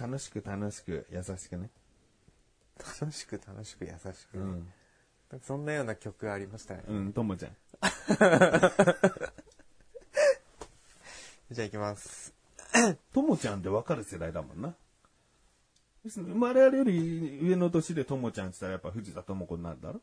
楽しく楽しく優しくね。 楽しく楽しく優しく、ね、そんなような曲ありましたね。 ともちゃん。 じゃあ行きます。 ともちゃんって分かる世代だもんな。我々より上の年でともちゃんって言ったらやっぱ藤田智子になるだろ。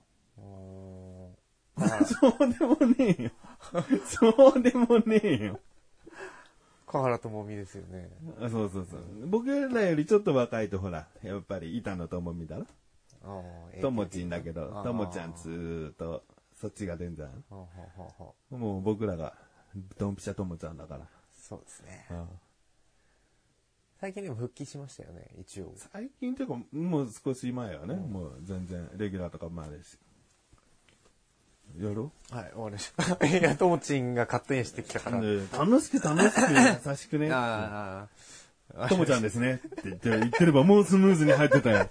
そうでもねえよ。そうでもねえよ。 小原智美ですよね。 そうそうそう。僕らよりちょっと若いとほら、やっぱり板野友美だろ。ともちんだけど、ともちゃんつーと、そっちが出んじゃん。もう僕らが、ドンピシャともちゃんだから。 そうですね。最近でも復帰しましたよね、一応。 最近っていうか、もう少し前はね、もう全然、レギュラーとか前です。やろう？ はい、終わりました。いや、ともちんが勝手にしてきたから。 楽しく楽しく優しくね。ともちゃんですねって言ってればもうスムーズに入ってたよ。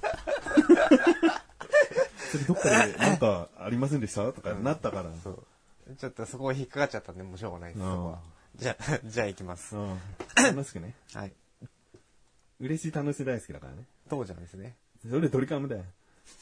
それどっかでなんかありませんでしたとかなったから。 ちょっとそこ引っかかっちゃったんでもうしょうがないです、そこは。じゃあ行きます。 楽しくね。 はい。 嬉しい楽しい大好きだからね。 ともちゃんですね。 それドリカムだよ。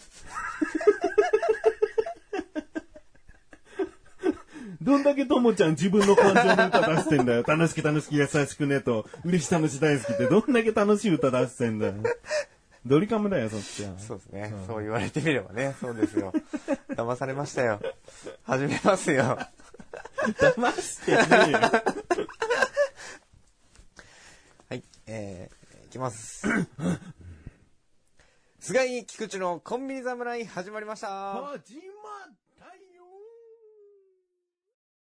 どんだけともちゃん自分の感情の歌出してんだよ。楽しく楽しく優しくねと、嬉しい楽しい大好きってどんだけ楽しい歌出してんだよ。ドリカムだよ、そっちは。 そうですね。そう言われてみればね、そうですよ。騙されましたよ。始めますよ。 騙してねえよ。 はい、いきます。菅井菊池のコンビニ侍始まりました。 始ま